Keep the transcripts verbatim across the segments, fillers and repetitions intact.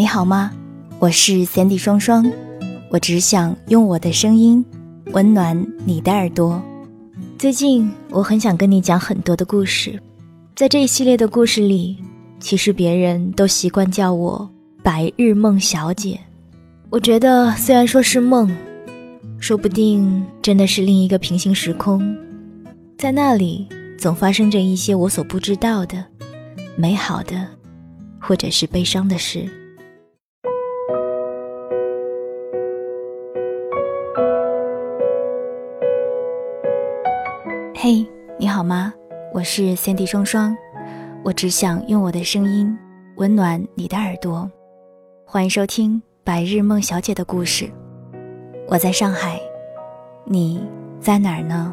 好吗？我是 Sandy 双双，我只想用我的声音温暖你的耳朵。最近我很想跟你讲很多的故事，在这一系列的故事里，其实别人都习惯叫我白日梦小姐。我觉得虽然说是梦，说不定真的是另一个平行时空，在那里总发生着一些我所不知道的美好的或者是悲伤的事。嘿、hey, 你好吗？我是 Sandy 双双，我只想用我的声音温暖你的耳朵。欢迎收听白日梦小姐的故事。我在上海，你在哪儿呢？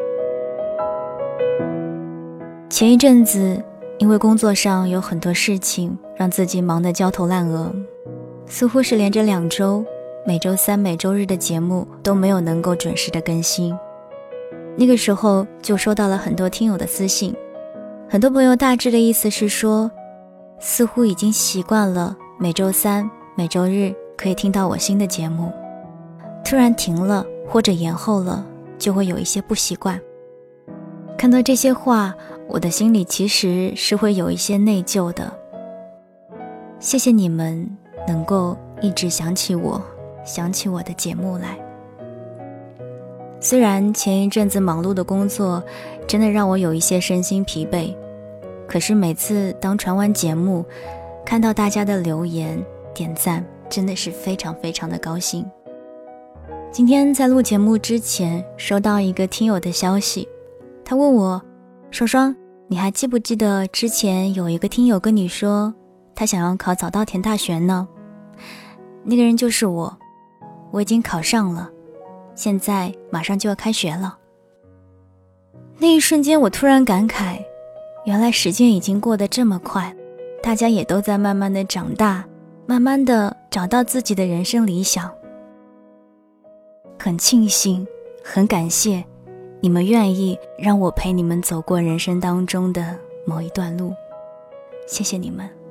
前一阵子因为工作上有很多事情，让自己忙得焦头烂额，似乎是连着两周每周三每周日的节目都没有能够准时的更新。那个时候就收到了很多听友的私信，很多朋友大致的意思是说，似乎已经习惯了每周三每周日可以听到我新的节目，突然停了或者延后了，就会有一些不习惯。看到这些话，我的心里其实是会有一些内疚的。谢谢你们能够一直想起我，想起我的节目来。虽然前一阵子忙碌的工作真的让我有一些身心疲惫，可是每次当传完节目，看到大家的留言点赞，真的是非常非常的高兴。今天在录节目之前收到一个听友的消息，他问我，双双，你还记不记得之前有一个听友跟你说他想要考早稻田大学呢？那个人就是我，我已经考上了，现在马上就要开学了。那一瞬间我突然感慨，原来时间已经过得这么快，大家也都在慢慢的长大，慢慢的找到自己的人生理想。很庆幸，很感谢你们愿意让我陪你们走过人生当中的某一段路，谢谢你们。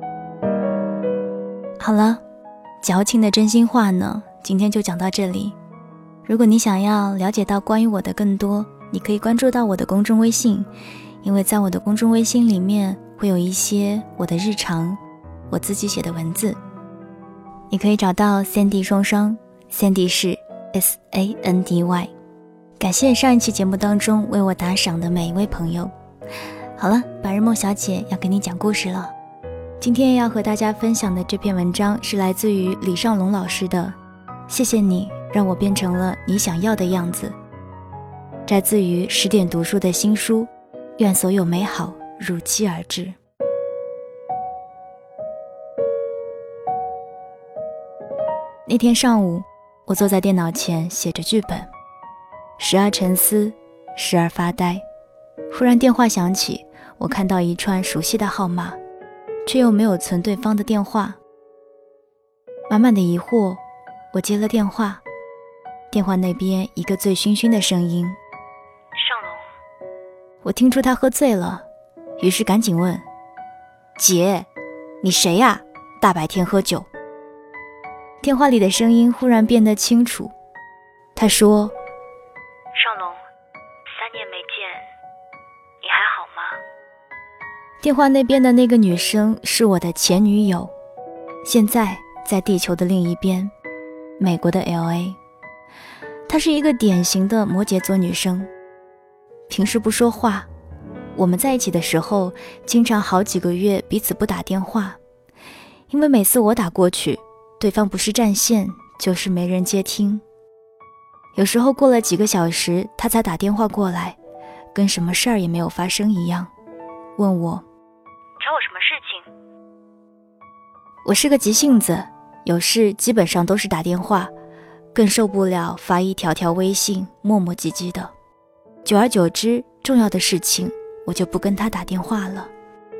好了，矫情的真心话呢，今天就讲到这里。如果你想要了解到关于我的更多，你可以关注到我的公众微信，因为在我的公众微信里面会有一些我的日常，我自己写的文字。你可以找到 Sandy 双双， Sandy 是 S A N D Y。 感谢上一期节目当中为我打赏的每一位朋友。好了，白日梦小姐要给你讲故事了。今天要和大家分享的这篇文章是来自于李尚龙老师的，谢谢你让我变成了你想要的样子，摘自于十点读书的新书，愿所有美好如期而至。那天上午，我坐在电脑前写着剧本，时而沉思，时而发呆。忽然电话响起，我看到一串熟悉的号码，却又没有存对方的电话。满满的疑惑，我接了电话。电话那边一个醉醺醺的声音， 尚龙。 我听出他喝醉了，于是赶紧问，姐，你谁呀？大白天喝酒。电话里的声音忽然变得清楚，他说， 尚龙，三年没见，你还好吗？ 电话那边的那个女生是我的前女友，现在在地球的另一边，美国的 L A。她是一个典型的摩羯座女生，平时不说话，我们在一起的时候经常好几个月彼此不打电话，因为每次我打过去，对方不是占线就是没人接听。有时候过了几个小时她才打电话过来，跟什么事儿也没有发生一样，问我找我什么事情？ 我是个急性子，有事基本上都是打电话，更受不了发一条条微信磨磨唧唧的。久而久之，重要的事情我就不跟他打电话了。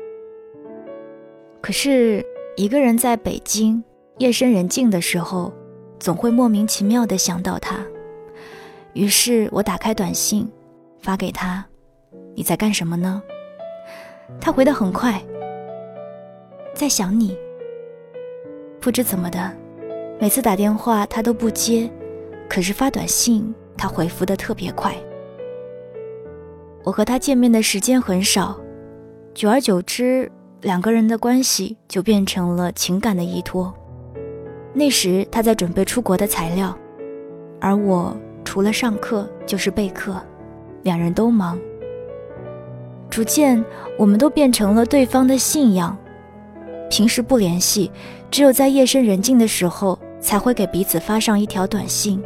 可是一个人在北京夜深人静的时候，总会莫名其妙地想到他。于是我打开短信发给他，你在干什么呢？他回得很快，在想你。 不知怎么的，每次打电话他都不接，可是发短信他回复得特别快。我和他见面的时间很少，久而久之，两个人的关系就变成了情感的依托。那时他在准备出国的材料，而我除了上课就是备课，两人都忙。逐渐我们都变成了对方的信仰，平时不联系，只有在夜深人静的时候才会给彼此发上一条短信。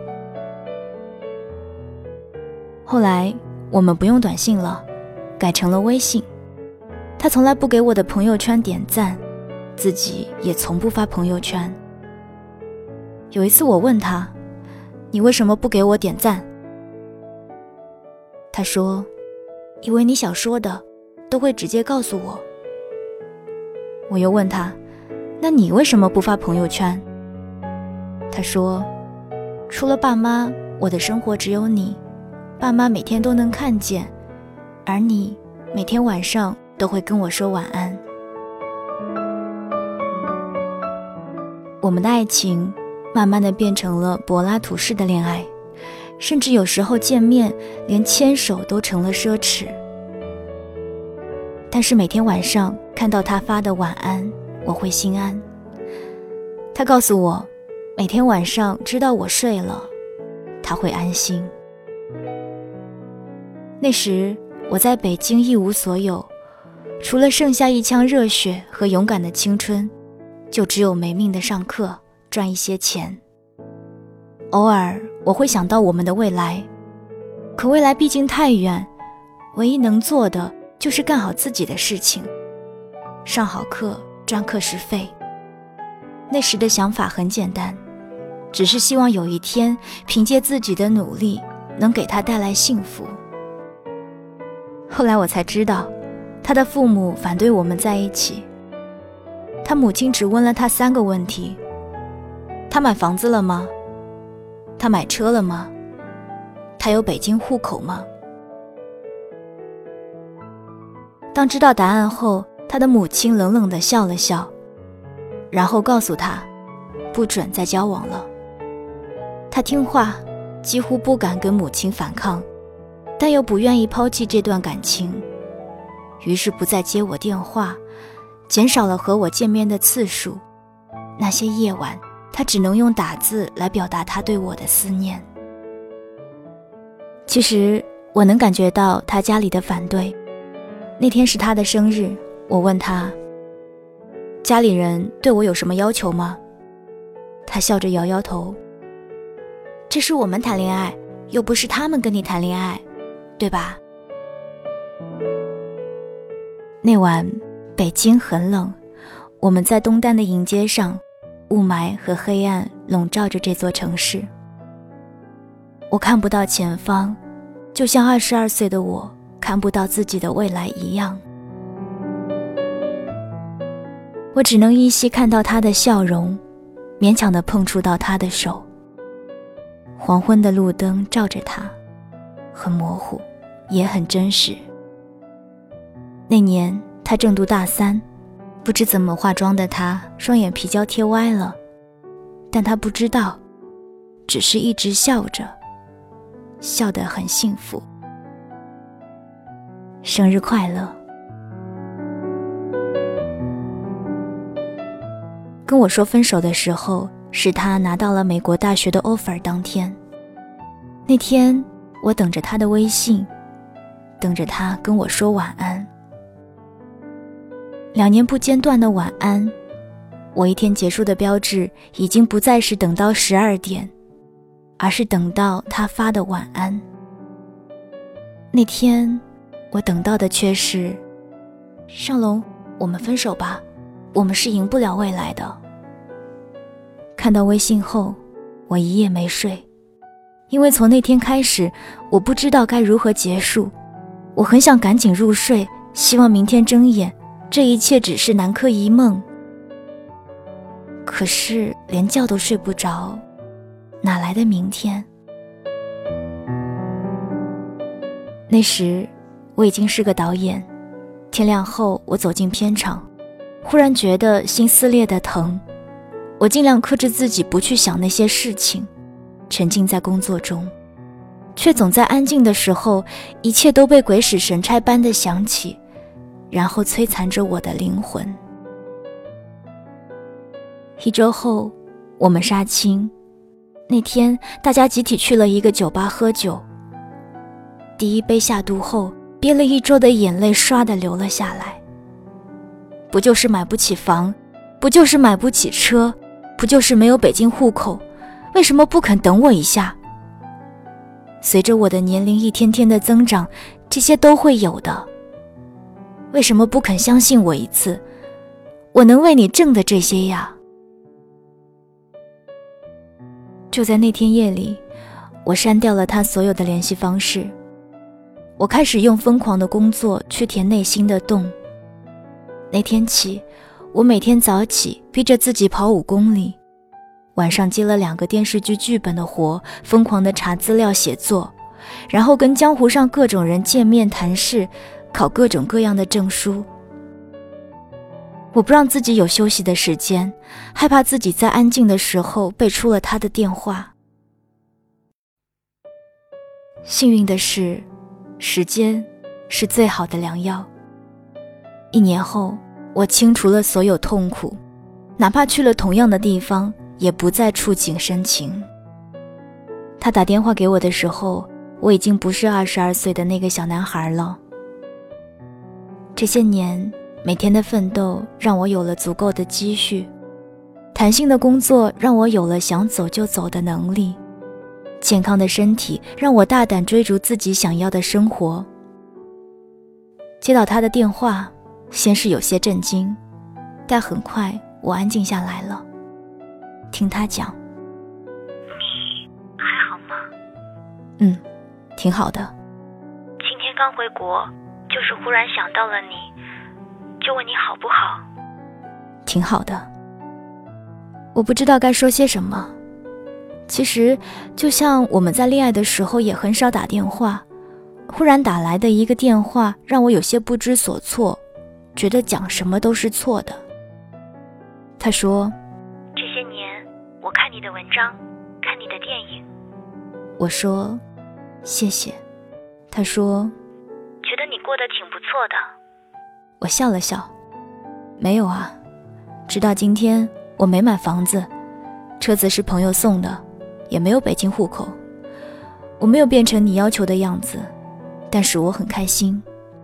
后来我们不用短信了，改成了微信。他从来不给我的朋友圈点赞，自己也从不发朋友圈。有一次我问他，你为什么不给我点赞？他说，因为你想说的都会直接告诉我。我又问他，那你为什么不发朋友圈？他说，除了爸妈，我的生活只有你，爸妈每天都能看见，而你每天晚上都会跟我说晚安。我们的爱情慢慢的变成了柏拉图式的恋爱，甚至有时候见面连牵手都成了奢侈。但是每天晚上看到他发的晚安，我会心安。他告诉我，每天晚上知道我睡了，他会安心。那时我在北京一无所有，除了剩下一腔热血和勇敢的青春，就只有没命的上课赚一些钱。偶尔我会想到我们的未来，可未来毕竟太远，唯一能做的就是干好自己的事情，上好课赚课时费。那时的想法很简单，只是希望有一天凭借自己的努力能给他带来幸福。后来我才知道，他的父母反对我们在一起。他母亲只问了他三个问题：他买房子了吗？他买车了吗？他有北京户口吗？当知道答案后，他的母亲冷冷地笑了笑，然后告诉他不准再交往了。他听话，几乎不敢跟母亲反抗，但又不愿意抛弃这段感情，于是不再接我电话，减少了和我见面的次数。那些夜晚，他只能用打字来表达他对我的思念。其实我能感觉到他家里的反对。那天是他的生日，我问他，家里人对我有什么要求吗？他笑着摇摇头，这是我们谈恋爱，又不是他们跟你谈恋爱，对吧？那晚北京很冷，我们在东单的迎街上，雾霾和黑暗笼罩着这座城市。我看不到前方，就像二十二岁的我看不到自己的未来一样。我只能依稀看到他的笑容，勉强地碰触到他的手。黄昏的路灯照着他，很模糊，也很真实。那年他正读大三，不知怎么化妆的他双眼皮胶贴歪了，但他不知道，只是一直笑着，笑得很幸福。生日快乐。跟我说分手的时候，是他拿到了美国大学的 offer 当天。那天我等着他的微信，等着他跟我说晚安。两年不间断的晚安，我一天结束的标志已经不再是等到十二点，而是等到他发的晚安。那天我等到的却是，尚龙，我们分手吧，我们是赢不了未来的。看到微信后，我一夜没睡，因为从那天开始，我不知道该如何结束。我很想赶紧入睡，希望明天睁眼，这一切只是南柯一梦。可是连觉都睡不着，哪来的明天？那时我已经是个导演，天亮后我走进片场，忽然觉得心撕裂的疼。 我尽量克制自己不去想那些事情，沉浸在工作中，却总在安静的时候，一切都被鬼使神差般的想起，然后摧残着我的灵魂。一周后，我们杀青，那天大家集体去了一个酒吧喝酒。第一杯下肚后，憋了一周的眼泪唰地流了下来。不就是买不起房，不就是买不起车，不就是没有北京户口，为什么不肯等我一下？随着我的年龄一天天的增长，这些都会有的。为什么不肯相信我一次？我能为你挣的这些呀。就在那天夜里，我删掉了他所有的联系方式。我开始用疯狂的工作去填内心的洞。那天起，我每天早起逼着自己跑五公里，晚上接了两个电视剧剧本的活，疯狂地查资料写作，然后跟江湖上各种人见面谈事，考各种各样的证书。我不让自己有休息的时间，害怕自己在安静的时候背出了他的电话。幸运的是，时间是最好的良药。一年后，我清除了所有痛苦，哪怕去了同样的地方，也不再触景生情。他打电话给我的时候，我已经不是二十二岁的那个小男孩了。这些年，每天的奋斗让我有了足够的积蓄，弹性的工作让我有了想走就走的能力，健康的身体让我大胆追逐自己想要的生活。接到他的电话，先是有些震惊，但很快我安静下来了，听他讲。 你还好吗？ 嗯，挺好的。 今天刚回国，就是忽然想到了你，就问你好不好？ 挺好的。我不知道该说些什么。其实就像我们在恋爱的时候也很少打电话，忽然打来的一个电话让我有些不知所措，觉得讲什么都是错的。他说， 这些年我看你的文章，看你的电影。 我说谢谢。他说觉得你过得挺不错的。 我笑了笑，没有啊，直到今天我没买房子，车子是朋友送的，也没有北京户口，我没有变成你要求的样子，但是我很开心。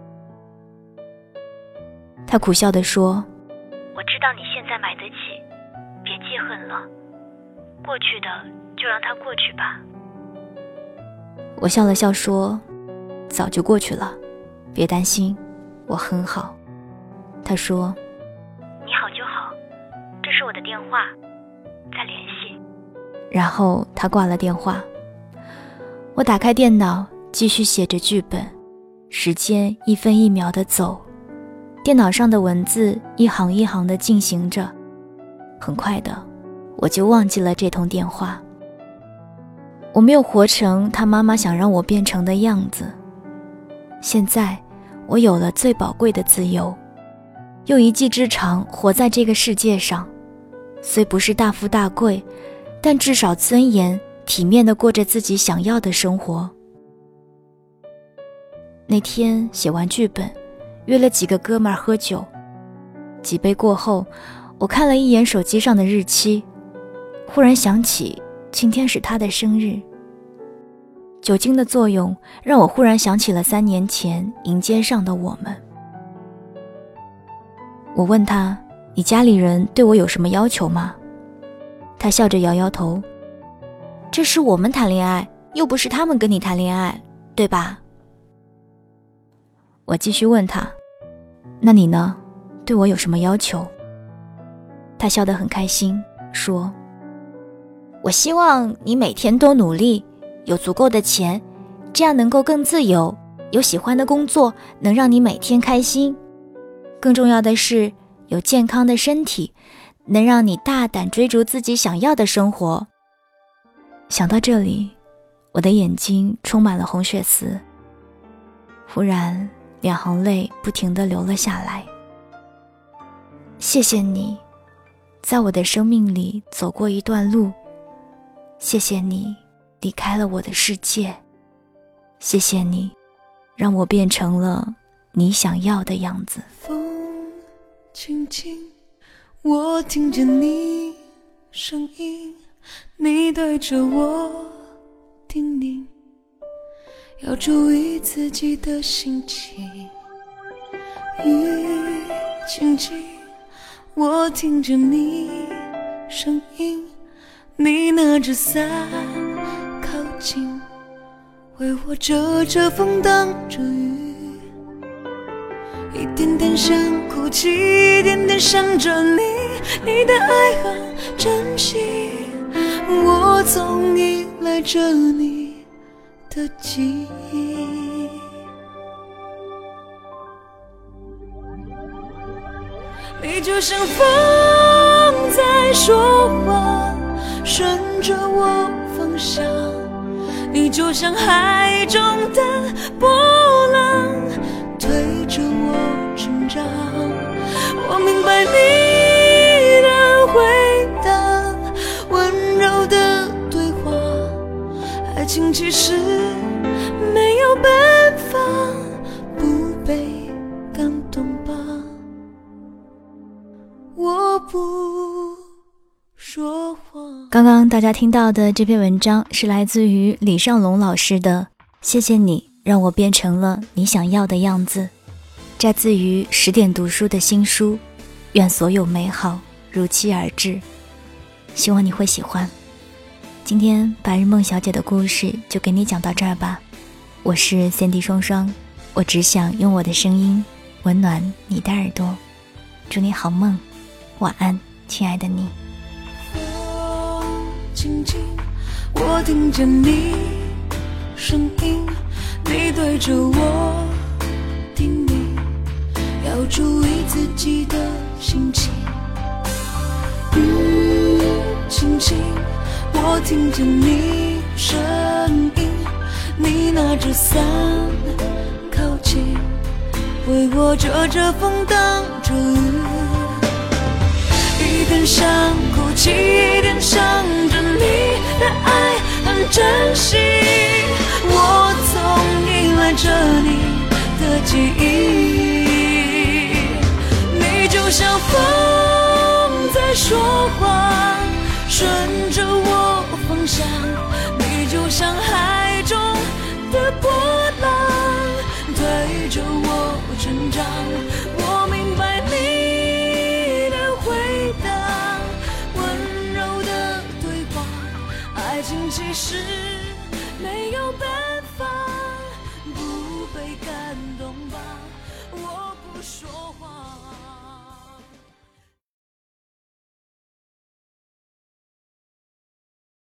他苦笑地说， 我知道你现在买得起，别记恨了，过去的就让它过去吧。 我笑了笑说，早就过去了，别担心，我很好。他说， 你好就好，这是我的电话，再联系。 然后他挂了电话。我打开电脑，继续写着剧本，时间一分一秒地走，电脑上的文字一行一行地进行着。很快的，我就忘记了这通电话。我没有活成他妈妈想让我变成的样子。现在我有了最宝贵的自由，用一技之长活在这个世界上，虽不是大富大贵，但至少尊严体面地过着自己想要的生活。那天写完剧本，约了几个哥们儿喝酒，几杯过后，我看了一眼手机上的日期，忽然想起今天是他的生日。酒精的作用让我忽然想起了三年前迎接上的我们。我问他，你家里人对我有什么要求吗？他笑着摇摇头，这是我们谈恋爱，又不是他们跟你谈恋爱，对吧？我继续问他，那你呢？对我有什么要求？他笑得很开心，说，我希望你每天都努力，有足够的钱，这样能够更自由，有喜欢的工作，能让你每天开心。更重要的是，有健康的身体，能让你大胆追逐自己想要的生活。想到这里，我的眼睛充满了红血丝，忽然两行泪不停地流了下来。谢谢你， 在我的生命里走过一段路，谢谢你离开了我的世界，谢谢你让我变成了你想要的样子。 风轻轻，我听见你声音，你对着我叮咛，要注意自己的心情。雨轻轻，我听见你声音，你拿着伞靠近，为我遮着风挡着雨，一点点想哭泣，一点点想着你，你的爱和珍惜，我总依赖着你的记忆。你就像风在说话，顺着我方向，你就像海中的波浪，推着我成长。我明白你的回答，温柔的对话，爱情其实没有办法不被感动吧。我不说话。 刚刚大家听到的这篇文章是来自于李尚龙老师的《谢谢你让我变成了你想要的样子》，摘自于十点读书的新书《愿所有美好如期而至》，希望你会喜欢。今天白日梦小姐的故事就给你讲到这儿吧。我是三 D 双双，我只想用我的声音温暖你的耳朵。祝你好梦，晚安，亲爱的你。 风轻轻，我听见你声音，你对着我叮咛，要注意自己的心情。雨轻轻，我听见你声音，你拿着伞靠近，为我遮着风挡着雨，一点想哭泣，一点想着你的爱和珍惜，我总依赖着你的记忆。你就像风在说话，顺着我方向，你就像海中的波浪，推着我成长。